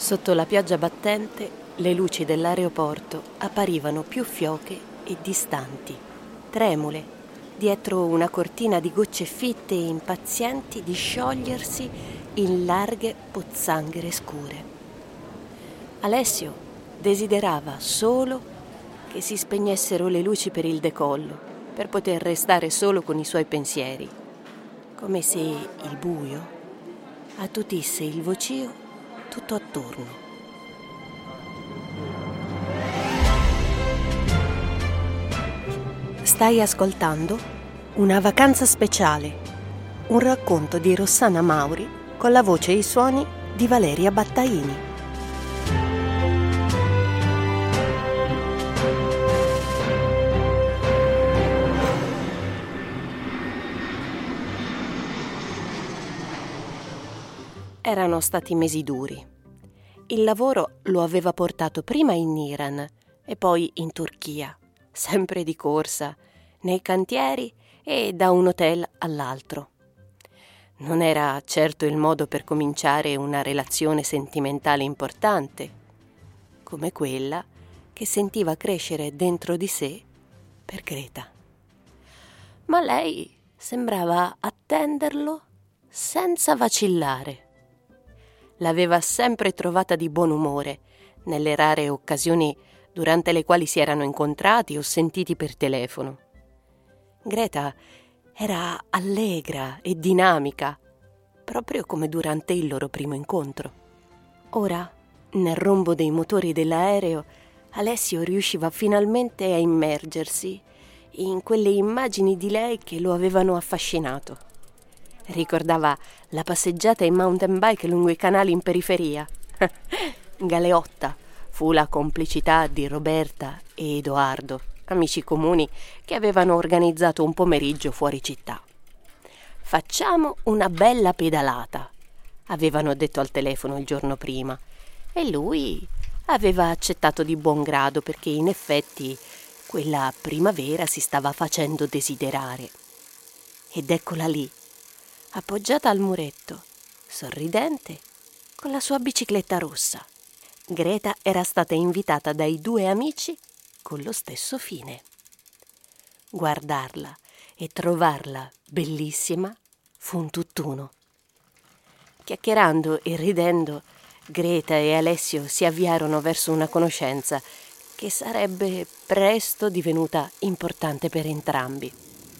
Sotto la pioggia battente, le luci dell'aeroporto apparivano più fioche e distanti, tremule, dietro una cortina di gocce fitte e impazienti di sciogliersi in larghe pozzanghere scure. Alessio desiderava solo che si spegnessero le luci per il decollo, per poter restare solo con i suoi pensieri, come se il buio attutisse il vocio tutto attorno. Stai ascoltando Una vacanza speciale, un racconto di Rossana Mauri con la voce e i suoni di Valeria Battaini. Erano stati mesi duri. Il lavoro lo aveva portato prima in Iran e poi in Turchia, sempre di corsa, nei cantieri e da un hotel all'altro. Non era certo il modo per cominciare una relazione sentimentale importante, come quella che sentiva crescere dentro di sé per Greta. Ma lei sembrava attenderlo senza vacillare. L'aveva sempre trovata di buon umore, nelle rare occasioni durante le quali si erano incontrati o sentiti per telefono. Greta era allegra e dinamica, proprio come durante il loro primo incontro. Ora, nel rombo dei motori dell'aereo, Alessio riusciva finalmente a immergersi in quelle immagini di lei che lo avevano affascinato. Ricordava la passeggiata in mountain bike lungo i canali in periferia. Galeotta fu la complicità di Roberta e Edoardo, amici comuni che avevano organizzato un pomeriggio fuori città. «Facciamo una bella pedalata», avevano detto al telefono il giorno prima, e lui aveva accettato di buon grado perché in effetti quella primavera si stava facendo desiderare. Ed eccola lì, appoggiata al muretto, sorridente, con la sua bicicletta rossa. Greta era stata invitata dai due amici con lo stesso fine. Guardarla e trovarla bellissima fu un tutt'uno. Chiacchierando e ridendo, Greta e Alessio si avviarono verso una conoscenza che sarebbe presto divenuta importante per entrambi.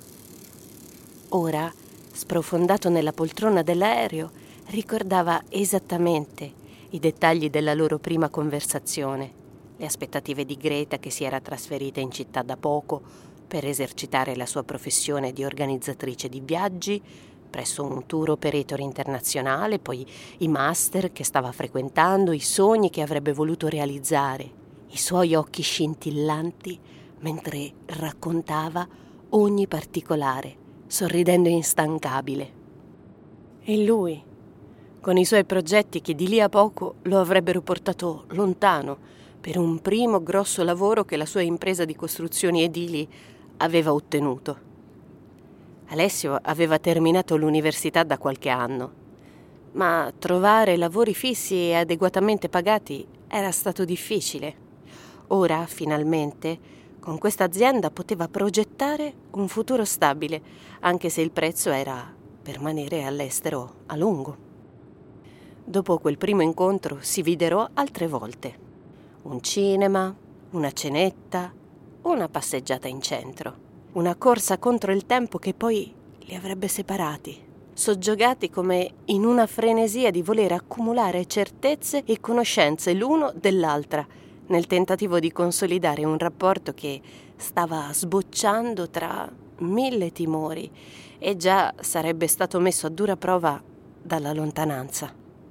Ora, sprofondato nella poltrona dell'aereo, ricordava esattamente i dettagli della loro prima conversazione, le aspettative di Greta che si era trasferita in città da poco per esercitare la sua professione di organizzatrice di viaggi presso un tour operator internazionale, poi i master che stava frequentando, i sogni che avrebbe voluto realizzare, i suoi occhi scintillanti mentre raccontava ogni particolare, sorridendo instancabile. E lui, con i suoi progetti che di lì a poco lo avrebbero portato lontano per un primo grosso lavoro che la sua impresa di costruzioni edili aveva ottenuto. Alessio aveva terminato l'università da qualche anno, ma trovare lavori fissi e adeguatamente pagati era stato difficile. Ora, finalmente, con questa azienda poteva progettare un futuro stabile, anche se il prezzo era permanere all'estero a lungo. Dopo quel primo incontro si videro altre volte. Un cinema, una cenetta, una passeggiata in centro. Una corsa contro il tempo che poi li avrebbe separati, soggiogati come in una frenesia di voler accumulare certezze e conoscenze l'uno dell'altra, nel tentativo di consolidare un rapporto che stava sbocciando tra 1000 timori e già sarebbe stato messo a dura prova dalla lontananza.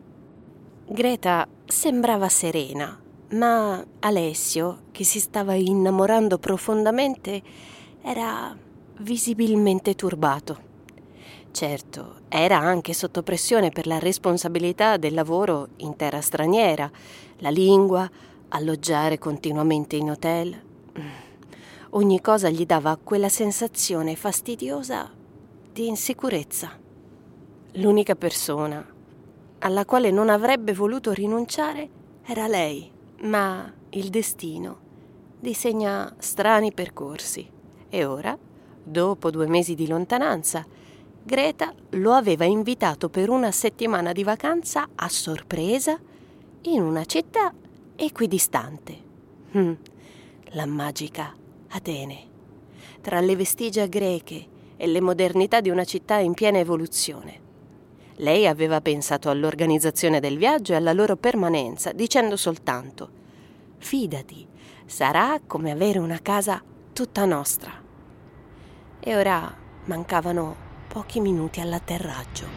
Greta sembrava serena, ma Alessio, che si stava innamorando profondamente, era visibilmente turbato. Certo, era anche sotto pressione per la responsabilità del lavoro in terra straniera, la lingua, alloggiare continuamente in hotel. Ogni cosa gli dava quella sensazione fastidiosa di insicurezza. L'unica persona alla quale non avrebbe voluto rinunciare Era lei, ma il destino disegna strani percorsi e ora, dopo 2 mesi di lontananza, Greta lo aveva invitato per una settimana di vacanza a sorpresa in una città equidistante. La magica Atene, tra le vestigia greche e le modernità di una città in piena evoluzione. Lei aveva pensato all'organizzazione del viaggio e alla loro permanenza, dicendo soltanto: «Fidati, sarà come avere una casa tutta nostra». E ora mancavano pochi minuti all'atterraggio.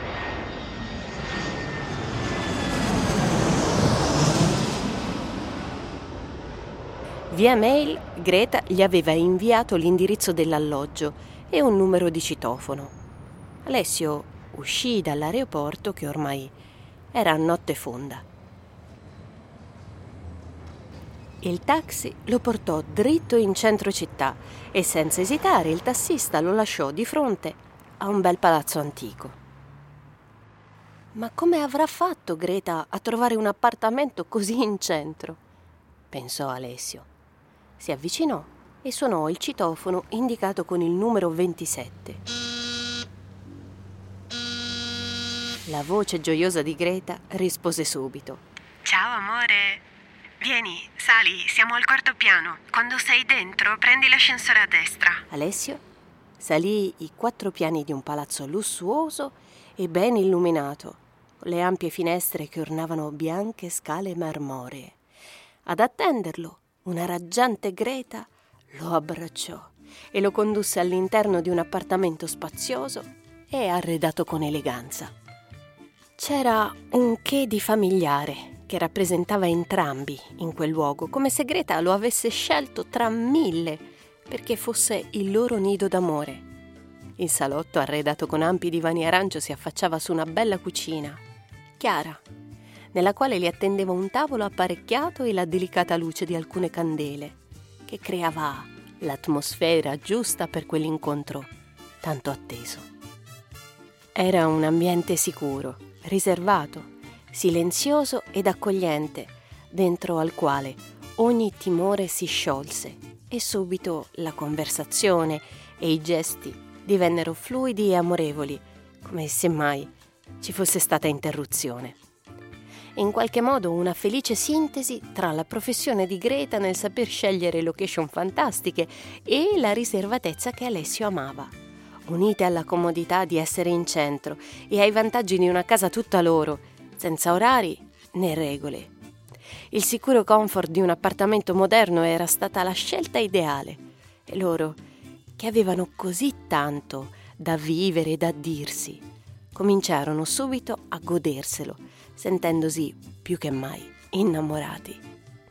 Via mail Greta gli aveva inviato l'indirizzo dell'alloggio e un numero di citofono. Alessio uscì dall'aeroporto, che ormai era a notte fonda. Il taxi lo portò dritto in centro città e senza esitare il tassista lo lasciò di fronte a un bel palazzo antico. Ma come avrà fatto Greta a trovare un appartamento così in centro? Pensò Alessio. Si avvicinò e suonò il citofono indicato con il numero 27. La voce gioiosa di Greta rispose subito: «Ciao amore, vieni, sali, siamo al 4º piano. Quando sei dentro prendi l'ascensore a destra». Alessio salì i 4 piani di un palazzo lussuoso e ben illuminato, con le ampie finestre che ornavano bianche scale marmoree. Ad attenderlo, una raggiante Greta lo abbracciò e lo condusse all'interno di un appartamento spazioso e arredato con eleganza. C'era un che di familiare che rappresentava entrambi in quel luogo, come se Greta lo avesse scelto tra 1000 perché fosse il loro nido d'amore. Il salotto, arredato con ampi divani arancio, si affacciava su una bella cucina, chiara, nella quale li attendeva un tavolo apparecchiato e la delicata luce di alcune candele, che creava l'atmosfera giusta per quell'incontro tanto atteso. Era un ambiente sicuro, riservato, silenzioso ed accogliente, dentro al quale ogni timore si sciolse e subito la conversazione e i gesti divennero fluidi e amorevoli, come se mai ci fosse stata interruzione. In qualche modo una felice sintesi tra la professione di Greta nel saper scegliere location fantastiche e la riservatezza che Alessio amava, unite alla comodità di essere in centro e ai vantaggi di una casa tutta loro, senza orari né regole. Il sicuro comfort di un appartamento moderno era stata la scelta ideale e loro, che avevano così tanto da vivere e da dirsi, cominciarono subito a goderselo, sentendosi più che mai innamorati.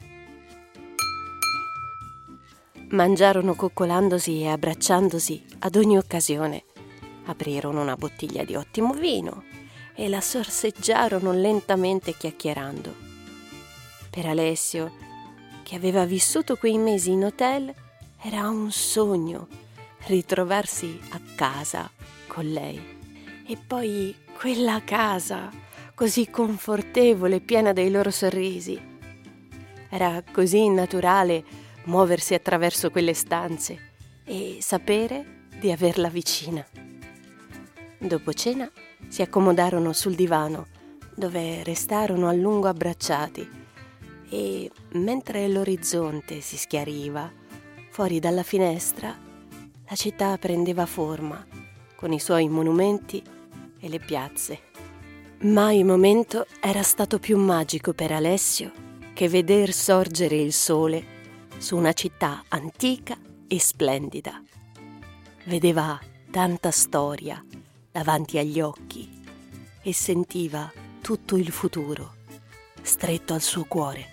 Mangiarono coccolandosi e abbracciandosi ad ogni occasione. Aprirono una bottiglia di ottimo vino e la sorseggiarono lentamente chiacchierando. Per Alessio, che aveva vissuto quei mesi in hotel, era un sogno ritrovarsi a casa con lei. E poi quella casa, così confortevole e piena dei loro sorrisi. Era così naturale muoversi attraverso quelle stanze e sapere di averla vicina. Dopo cena si accomodarono sul divano, dove restarono a lungo abbracciati, e mentre l'orizzonte si schiariva, fuori dalla finestra la città prendeva forma, con i suoi monumenti e le piazze. Mai momento era stato più magico per Alessio che veder sorgere il sole su una città antica e splendida. Vedeva tanta storia davanti agli occhi e sentiva tutto il futuro stretto al suo cuore.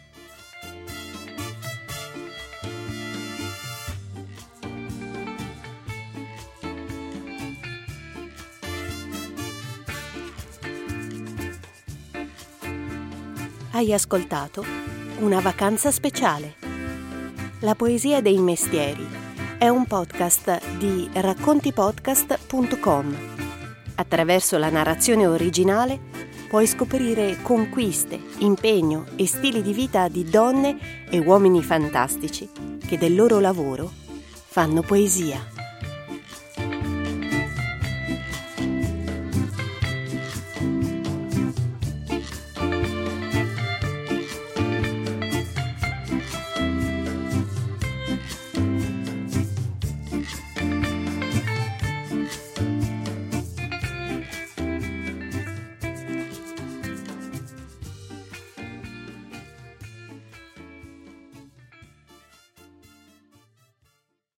Hai ascoltato Una vacanza speciale. La poesia dei mestieri è un podcast di raccontipodcast.com. Attraverso la narrazione originale puoi scoprire conquiste, impegno e stili di vita di donne e uomini fantastici che del loro lavoro fanno poesia.